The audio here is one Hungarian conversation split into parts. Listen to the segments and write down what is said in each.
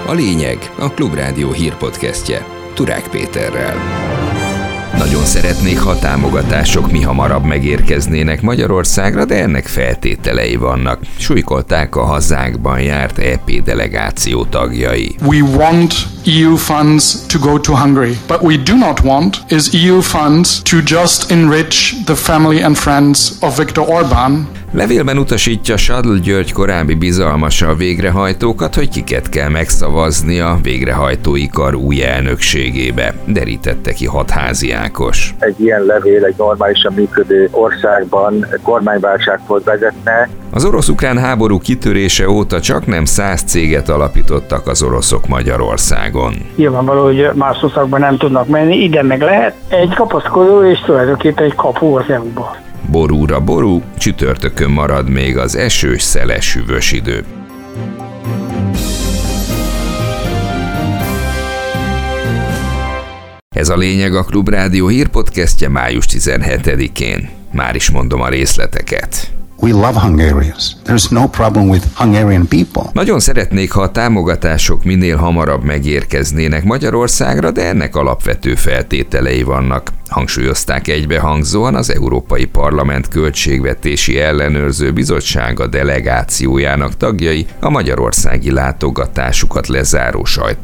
A lényeg a Klubrádió hírpodcastje Turák Péterrel. Nagyon szeretnék, ha támogatások mihamarabb megérkeznének Magyarországra, de ennek feltételei vannak. Súlykolták a hazánkban járt EP delegáció tagjai. We want EU funds to go to Hungary. What we do not want is EU funds to just enrich the family and friends of Viktor Orbán. Levélben utasítja Sadl György korábbi bizalmasa a végrehajtókat, hogy kiket kell megszavazni a végrehajtói kar új elnökségébe, derítette ki Hatházi Ákos. Egy ilyen levél egy normálisan működő országban kormányválsághoz vezetne. Az orosz-ukrán háború kitörése óta csaknem 100 céget alapítottak az oroszok Magyarországon. Nyilvánvaló, hogy más országban nem tudnak menni, ide meg lehet egy kapaszkodó és tulajdonképpen egy kapu az EU-ba. Borúra ború, csütörtökön marad még az esős, szeles, hűvös idő. Ez a lényeg a Klubrádió hírpodcastje május 17-én. Már is mondom a részleteket. We love Hungarians. There's no problem with Hungarian people. Nagyon szeretnék, ha a támogatások minél hamarabb megérkeznének Magyarországra, de ennek alapvető feltételei vannak. Hangsúlyozták egybehangzóan az Európai Parlament Költségvetési Ellenőrző Bizottsága delegációjának tagjai a magyarországi látogatásukat lezáró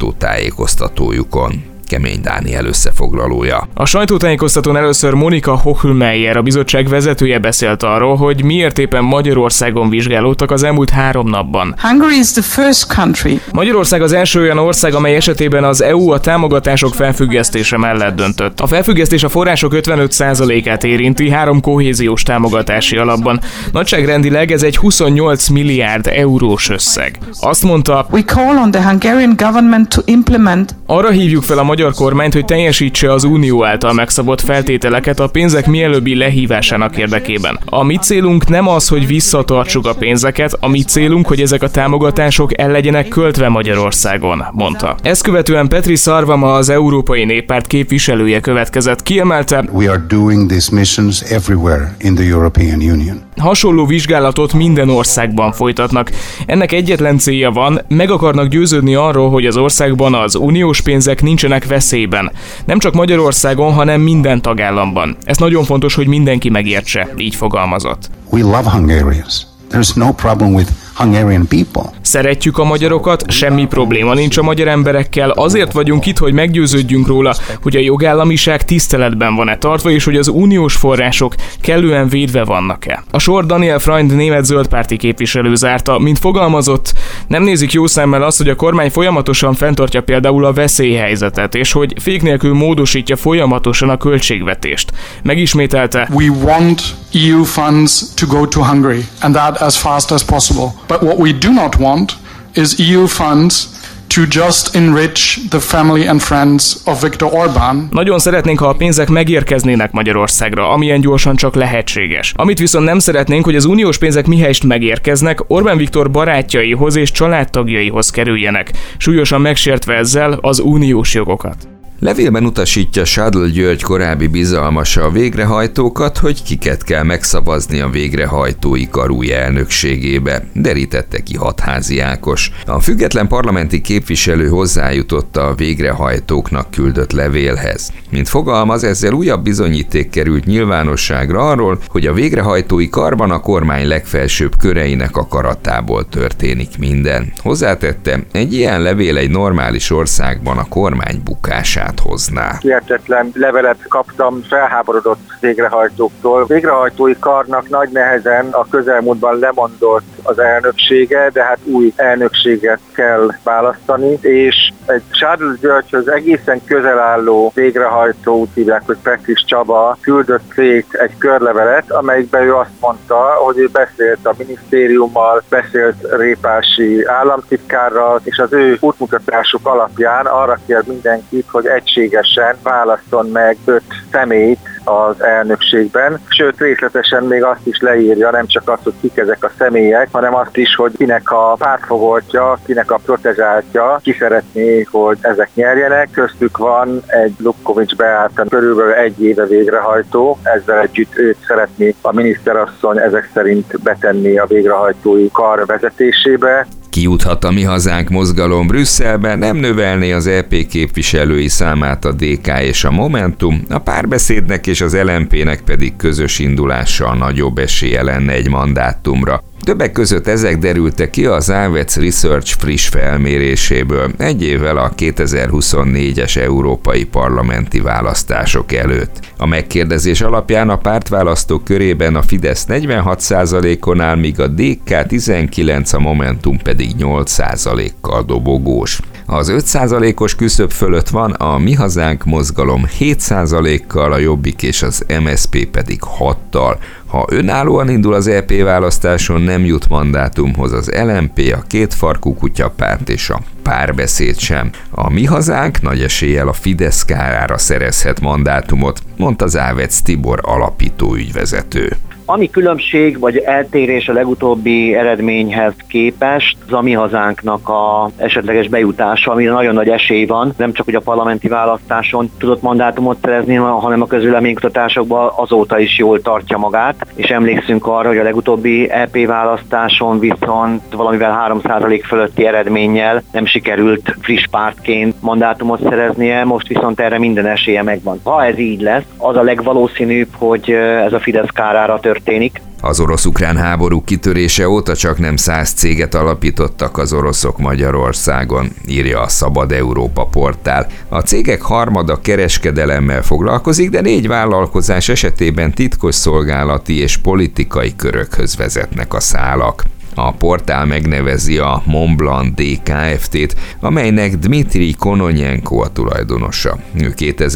sajtótájékoztatójukon. Kemény Dániel összefoglalója. A sajtótájékoztatón először Monika Hohlmeier, a bizottság vezetője beszélt arról, hogy miért éppen Magyarországon vizsgálódtak az elmúlt 3 napban. Hungary is the first country. Magyarország az első olyan ország, amely esetében az EU a támogatások felfüggesztése mellett döntött. A felfüggesztés a források 55%-át érinti 3 kohéziós támogatási alapban. Nagyságrendileg ez egy 28 milliárd eurós összeg. Azt mondta, We call on the Hungarian government to implement. Arra hívjuk fel a magyar kormányt, hogy teljesítse az Unió által megszabott feltételeket a pénzek mielőbbi lehívásának érdekében. A mi célunk nem az, hogy visszatartsuk a pénzeket, a mi célunk, hogy ezek a támogatások el legyenek költve Magyarországon, mondta. Ezt követően Petri Sarvamaa, az Európai Néppárt képviselője következett, kiemelte, We are doing these missions everywhere in the European Union. Hasonló vizsgálatot minden országban folytatnak. Ennek egyetlen célja van, meg akarnak győződni arról, hogy az országban az uniós pénzek nincsenek veszélyben. Nem csak Magyarországon, hanem minden tagállamban. Ez nagyon fontos, hogy mindenki megértse, így fogalmazott. We love Hungarians. There's no problem with Hungarian people. Szeretjük a magyarokat, semmi probléma nincs a magyar emberekkel, azért vagyunk itt, hogy meggyőződjünk róla, hogy a jogállamiság tiszteletben van-e tartva, és hogy az uniós források kellően védve vannak-e. A sor Daniel Freund német zöldpárti képviselő zárta, mint fogalmazott, nem nézik jó szemmel azt, hogy a kormány folyamatosan fenntartja például a veszélyhelyzetet, és hogy fék nélkül módosítja folyamatosan a költségvetést. Megismételte, We want EU funds to go to Hungary, and that as fast as possible. But what we do not want is EU funds to just enrich the family and friends of Viktor Orbán. Nagyon szeretnénk, ha a pénzek megérkeznének Magyarországra, amilyen gyorsan csak lehetséges. Amit viszont nem szeretnénk, hogy az uniós pénzek mihelyest megérkeznek, Orbán Viktor barátjaihoz és családtagjaihoz kerüljenek, súlyosan megsértve ezzel az uniós jogokat. Levélben utasítja Sadl György korábbi bizalmasa a végrehajtókat, hogy kiket kell megszavazni a végrehajtói kar új elnökségébe, derítette ki Hatházi Ákos. A független parlamenti képviselő hozzájutott a végrehajtóknak küldött levélhez. Mint fogalmaz, ezzel újabb bizonyíték került nyilvánosságra arról, hogy a végrehajtói karban a kormány legfelsőbb köreinek akaratából történik minden. Hozzátette, egy ilyen levél egy normális országban a kormány bukását hozná. Hihetetlen levelet kaptam felháborodott végrehajtóktól. Végrehajtói karnak nagy nehezen a közelmúltban lemondott az elnöksége, de hát új elnökséget kell választani, és egy Sadl Györgyhöz egészen közel álló végrehajtó, úgy hívják, hogy Petris Csaba küldött szét egy körlevelet, amelyikben ő azt mondta, hogy ő beszélt a minisztériummal, beszélt Répási államtitkárral, és az ő útmutatásuk alapján arra kér mindenkit, hogy egységesen válasszon meg 5 személyt az elnökségben, sőt részletesen még azt is leírja, nem csak azt, hogy kik ezek a személyek, hanem azt is, hogy kinek a pártfogoltja, kinek a protezsáltja, ki szeretné, hogy ezek nyerjenek. Köztük van egy Lukkovics Beáta, körülbelül 1 éve végrehajtó, ezzel együtt őt szeretné a miniszterasszony ezek szerint betenni a végrehajtói kar vezetésébe. Kijuthat a Mi Hazánk mozgalom Brüsszelbe, nem növelné az EP képviselői számát a DK és a Momentum, a Párbeszédnek és az LMP-nek pedig közös indulással nagyobb esélye lenne egy mandátumra. Többek között ezek derültek ki az Avets Research friss felméréséből egy évvel a 2024-es európai parlamenti választások előtt. A megkérdezés alapján a pártválasztók körében a Fidesz 46%-on áll, míg a DK 19%, a Momentum pedig 8%-kal dobogós. Az 5%-os küszöb fölött van a Mi Hazánk mozgalom 7%-kal, a Jobbik és az MSZP pedig 6-tal. Ha önállóan indul az EP választáson, nem jut mandátumhoz az LMP, a kétfarkú kutyapárt és a Párbeszéd sem. A Mi Hazánk nagy eséllyel a Fidesz kárára szerezhet mandátumot, mondta Závec Tibor alapító ügyvezető. Ami különbség vagy eltérés a legutóbbi eredményhez képest, az a Mi Hazánknak a esetleges bejutása, amire nagyon nagy esély van, nem csak hogy a parlamenti választáson tudott mandátumot szerezni, hanem a közvéleménykutatásokban azóta is jól tartja magát, és emlékszünk arra, hogy a legutóbbi EP választáson viszont valamivel 3% fölötti eredménnyel nem sikerült friss pártként mandátumot szereznie, most viszont erre minden esélye megvan. Ha ez így lesz, az a legvalószínűbb, hogy ez a Fidesz kárára történik. Az orosz-ukrán háború kitörése óta csak nem 100 céget alapítottak az oroszok Magyarországon, írja a Szabad Európa portál. A cégek harmada kereskedelemmel foglalkozik, de 4 vállalkozás esetében titkos szolgálati és politikai körökhöz vezetnek a szálak. A portál megnevezi a Montblanc Kft-t, amelynek Dmitri Kononyenko a tulajdonosa. Ő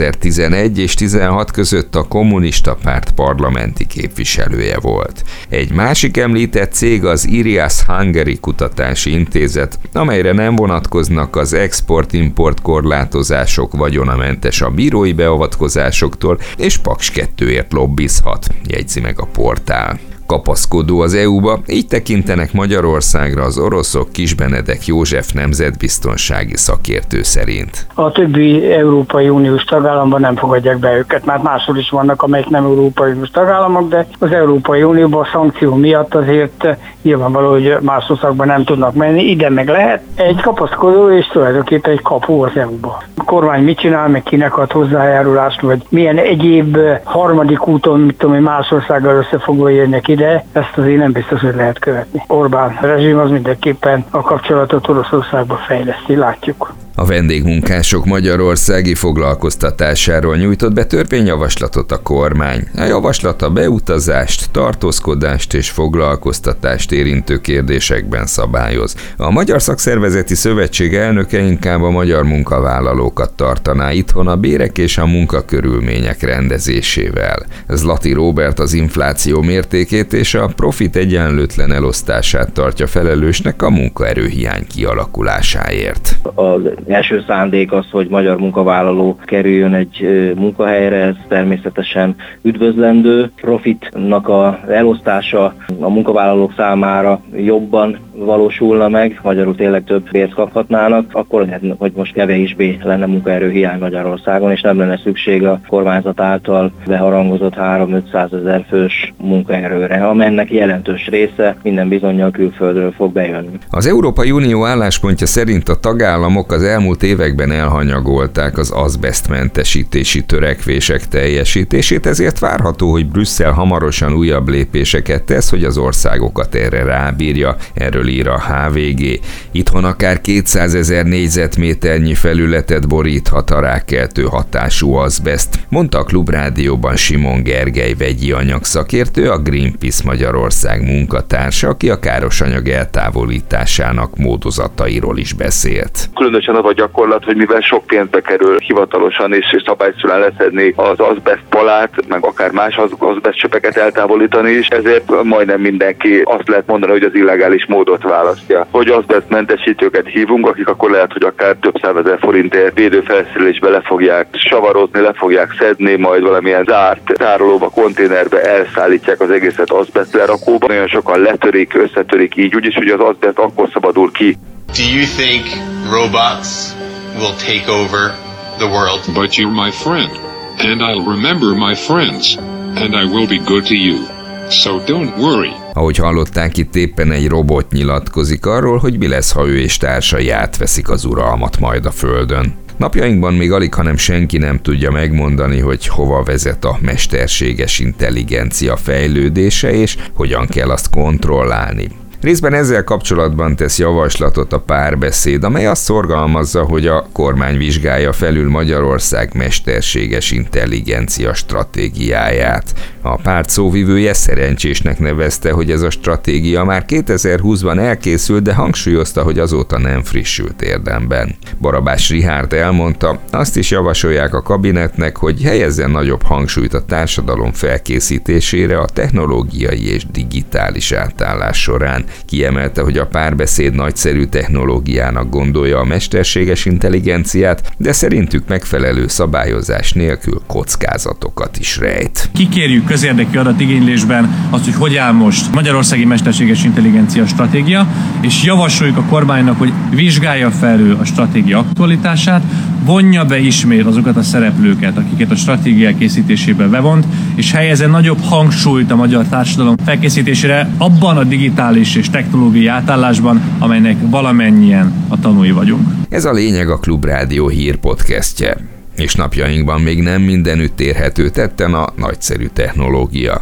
2011 és 16 között a kommunista párt parlamenti képviselője volt. Egy másik említett cég az Irias Hungary Kutatási Intézet, amelyre nem vonatkoznak az export-import korlátozások, vagyonamentes a bírói beavatkozásoktól, és Paks 2-ért lobbizhat, jegyzi meg a portál. Kapaszkodó az EU-ba, így tekintenek Magyarországra az oroszok, Kis Benedek József nemzetbiztonsági szakértő szerint. A többi Európai Uniós tagállamban nem fogadják be őket, mert máshol is vannak, amelyek nem Európai Uniós tagállamok, de az Európai Unióban a szankció miatt azért nyilvánvaló, hogy más országban nem tudnak menni, ide meg lehet. Egy kapaszkodó és tulajdonképpen egy kapu az EU-ba. A kormány mit csinál, meg kinek ad hozzájárulást, vagy milyen egyéb harmadik úton, mit tudom, más országgal összefogva jönnek ide, ezt azért nem biztos, hogy lehet követni. Orbán rezsim az mindenképpen a kapcsolatot Oroszországba fejleszti, látjuk. A vendégmunkások magyarországi foglalkoztatásáról nyújtott be törvényjavaslatot a kormány. A javaslat a beutazást, tartózkodást és foglalkoztatást érintő kérdésekben szabályoz. A Magyar Szakszervezeti Szövetség elnöke inkább a magyar munkavállalókat tartaná itthon a bérek és a munkakörülmények rendezésével. Zlati Róbert az infláció mértékét és a profit egyenlőtlen elosztását tartja felelősnek a munkaerőhiány kialakulásáért. Az első szándék az, hogy magyar munkavállaló kerüljön egy munkahelyre, ez természetesen üdvözlendő. Profitnak az elosztása a munkavállalók számára jobban valósulna meg, magyarul tényleg több bért kaphatnának, akkor lehet, hogy most kevésbé lenne munkaerőhiány Magyarországon, és nem lenne szükség a kormányzat által beharangozott 300-500 ezer fős munkaerőre, amennek jelentős része minden bizonnyal külföldről fog bejönni. Az Európai Unió álláspontja szerint a tagállamok az elmúlt években elhanyagolták az azbesztmentesítési törekvések teljesítését, ezért várható, hogy Brüsszel hamarosan újabb lépéseket tesz, hogy az országokat erre rábírja. Erről ír a HVG. Itthon akár 200 000 négyzetméternyi felületet boríthat a rákkeltő hatású azbeszt, mondta a Klubrádióban Simon Gergely vegyi anyagszakértő, a Greenpeace Magyarország munkatársa, aki a károsanyag eltávolításának módozatairól is beszélt. Különösen az a gyakorlat, hogy mivel sok pénzbe kerül hivatalosan és szabályszerűen leszedni az azbesztpalát, meg akár más azbesztcsöpeket eltávolítani is, ezért majdnem mindenki azt lehet mondani, hogy az illegális módot választja. Hogy azbesztmentesítőket hívunk, akik akkor lehet, hogy akár több 100 000 forintért védőfelszerelésbe le fogják savarozni, le fogják szedni, majd valamilyen zárt tárolóba, konténerbe elszállítják az egészet azbesztlerakóba. Nagyon sokan letörik, összetörik így, úgyis, hogy az azbeszt akkor szabadul ki. Do you think robots will take over the world? But you're my friend, and I'll remember my friends, and I will be good to you. So don't worry. Ahogy hallották, itt éppen egy robot nyilatkozik arról, hogy mi lesz, ha ő és társai átveszik az uralmat majd a Földön. Napjainkban még alig, hanem senki nem tudja megmondani, hogy hova vezet a mesterséges intelligencia fejlődése, és hogyan kell azt kontrollálni. Részben ezzel kapcsolatban tesz javaslatot a Párbeszéd, amely azt szorgalmazza, hogy a kormány vizsgálja felül Magyarország mesterséges intelligencia stratégiáját. A párt szóvivője szerencsésnek nevezte, hogy ez a stratégia már 2020-ban elkészült, de hangsúlyozta, hogy azóta nem frissült érdemben. Barabás Richárd elmondta, azt is javasolják a kabinetnek, hogy helyezzen nagyobb hangsúlyt a társadalom felkészítésére a technológiai és digitális átállás során. Kiemelte, hogy a Párbeszéd nagyszerű technológiának gondolja a mesterséges intelligenciát, de szerintük megfelelő szabályozás nélkül kockázatokat is rejt. Kikérjük közérdekű adatigénylésben azt, hogy áll most magyarországi mesterséges intelligencia stratégia, és javasoljuk a kormánynak, hogy vizsgálja felül a stratégia aktualitását, vonja be ismét azokat a szereplőket, akiket a stratégia készítésébe bevont, és helyezzen nagyobb hangsúlyt a magyar társadalom felkészítésére abban a digitális és technológiai átállásban, amelynek valamennyien a tanúi vagyunk. Ez a lényeg a Klubrádió hírpodcastje, és napjainkban még nem mindenütt érhető tetten a nagyszerű technológia.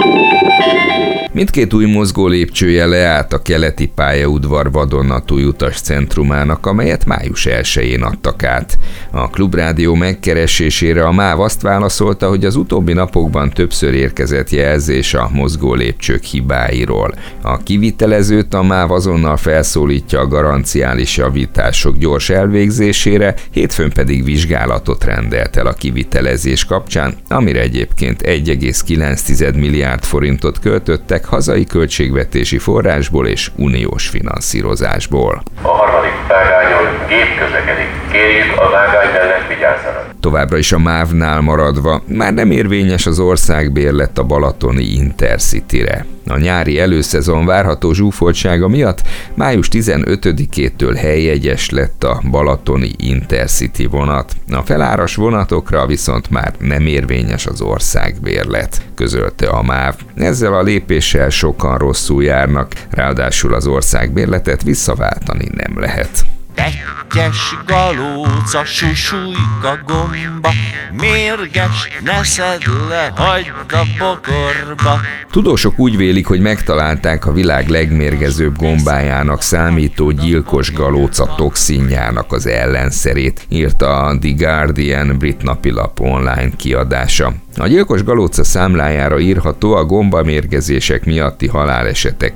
Mindkét új mozgó lépcsője leállt a keleti pályaudvar vadonnatúj utascentrumának, amelyet május 1-én adtak át. A Klubrádió megkeresésére a MÁV azt válaszolta, hogy az utóbbi napokban többször érkezett jelzés a mozgó lépcsők hibáiról. A kivitelezőt a MÁV azonnal felszólítja a garanciális javítások gyors elvégzésére, hétfőn pedig vizsgálatot rendelt el a kivitelezés kapcsán, amire egyébként 1,9 milliárd forintot költöttek hazai költségvetési forrásból és uniós finanszírozásból. A harmadik vágányon gép közlekedik. Kérjük, a vágány mellett vigyázzanak. Továbbra is a MÁV-nál maradva, már nem érvényes az országbérlet a balatoni Intercityre. A nyári előszezon várható zsúfoltsága miatt május 15-től helyjegyes lett a balatoni Intercity vonat. A feláras vonatokra viszont már nem érvényes az országbérlet, közölte a MÁV. Ezzel a lépéssel sokan rosszul járnak, ráadásul az országbérletet visszaváltani nem lehet. Ketyes galóca, susújk a gomba, mérges, ne szedd le, hagyd a bokorba. Tudósok úgy vélik, hogy megtalálták a világ legmérgezőbb gombájának számító gyilkos galóca toxinjának az ellenszerét, írta a The Guardian brit napilap online kiadása. A gyilkos galóca számlájára írható a gombamérgezések miatti halálesetek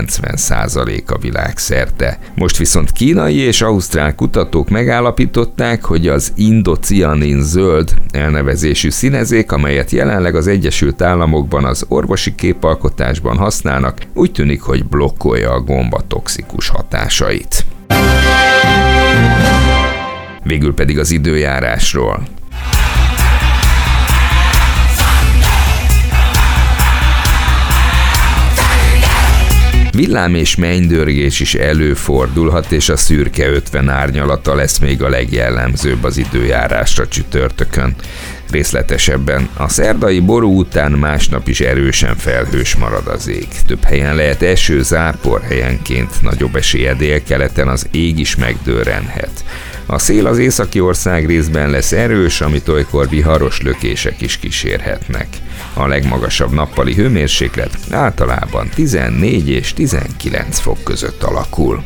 90%-a világszerte. Most viszont kínai és ausztrál kutatók megállapították, hogy az indocianin zöld elnevezésű színezék, amelyet jelenleg az Egyesült Államokban az orvosi képalkotásban használnak, úgy tűnik, hogy blokkolja a gomba toxikus hatásait. Végül pedig az időjárásról. Villám és mennydörgés is előfordulhat, és a szürke 50 árnyalata lesz még a legjellemzőbb az időjárásra csütörtökön. Részletesebben a szerdai ború után másnap is erősen felhős marad az ég. Több helyen lehet eső, zápor, helyenként nagyobb esélye délkeleten az ég is megdörrenhet. A szél az északi ország részben lesz erős, amit olykor viharos lökések is kísérhetnek. A legmagasabb nappali hőmérséklet általában 14 és 19 fok között alakul.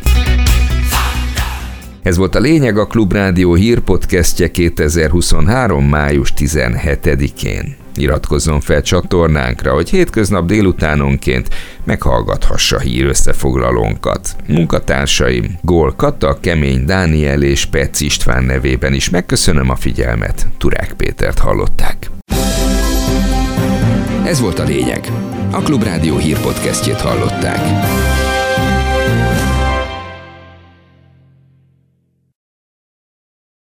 Ez volt a lényeg a Klubrádió hírpodcastje 2023. május 17-én. Iratkozzon fel csatornánkra, hogy hétköznap délutánonként meghallgathassa hírösszefoglalónkat. Munkatársaim Gól Kata, Kemény Dániel és Pec István nevében is megköszönöm a figyelmet. Turák Pétert hallották. Ez volt a lényeg. A Klubrádió hírpodcastjét hallották.